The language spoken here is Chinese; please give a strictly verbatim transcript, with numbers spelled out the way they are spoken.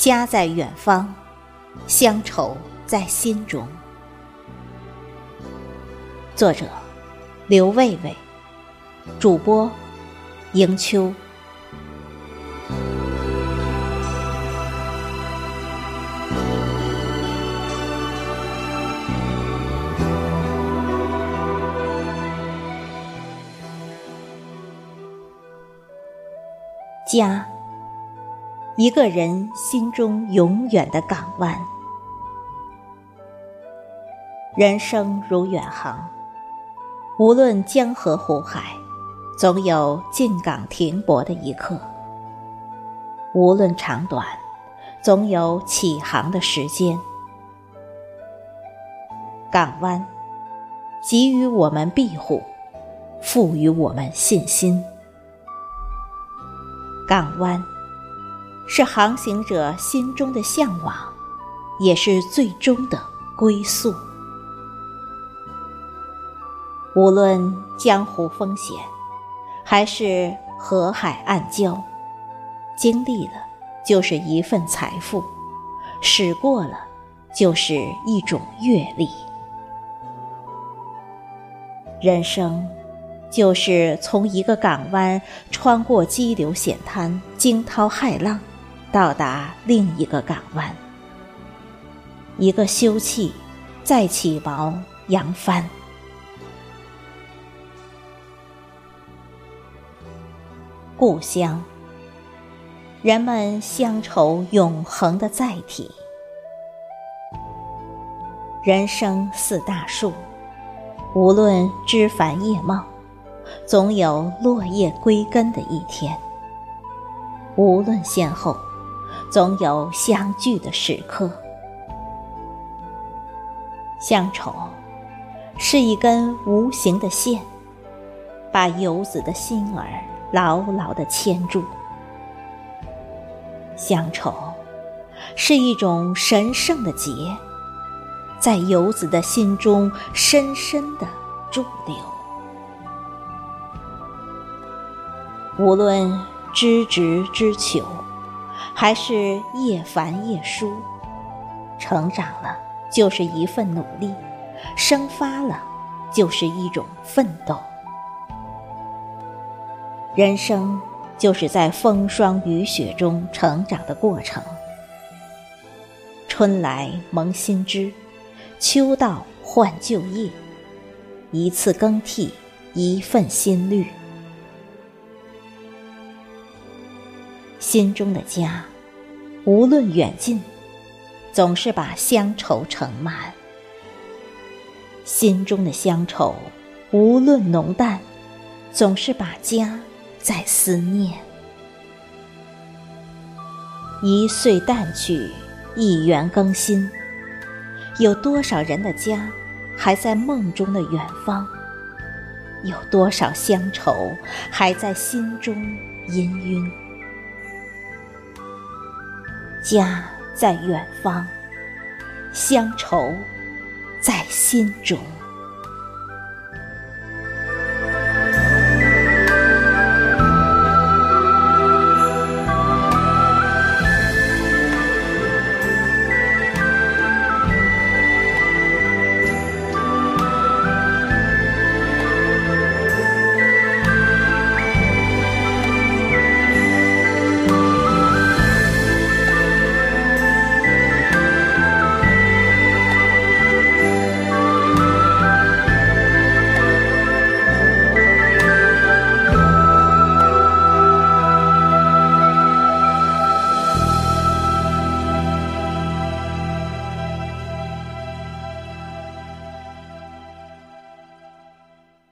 家在远方，乡愁在心中。作者刘卫卫，主播迎秋。家，一个人心中永远的港湾。人生如远航，无论江河湖海，总有进港停泊的一刻；无论长短，总有起航的时间。港湾给予我们庇护，赋予我们信心。港湾是航行者心中的向往，也是最终的归宿。无论江湖风险，还是河海暗礁，经历了就是一份财富，驶过了就是一种阅历。人生就是从一个港湾穿过激流险滩，惊涛骇浪，到达另一个港湾。一个休憩，再起锚扬帆。故乡，人们乡愁永恒的载体。人生似大树，无论枝繁叶茂，总有落叶归根的一天；无论先后，总有相聚的时刻。乡愁是一根无形的线，把游子的心儿牢牢地牵住。乡愁是一种神圣的结，在游子的心中深深地驻留。无论知直知求，还是叶繁叶疏，成长了就是一份努力，生发了就是一种奋斗。人生就是在风霜雨雪中成长的过程。春来萌新枝，秋到换旧叶，一次更替，一份心绿。心中的家，无论远近，总是把乡愁盛满。心中的乡愁，无论浓淡，总是把家在思念。一岁淡去，一元更新。有多少人的家还在梦中的远方？有多少乡愁还在心中氤氲？家在远方，乡愁在心中。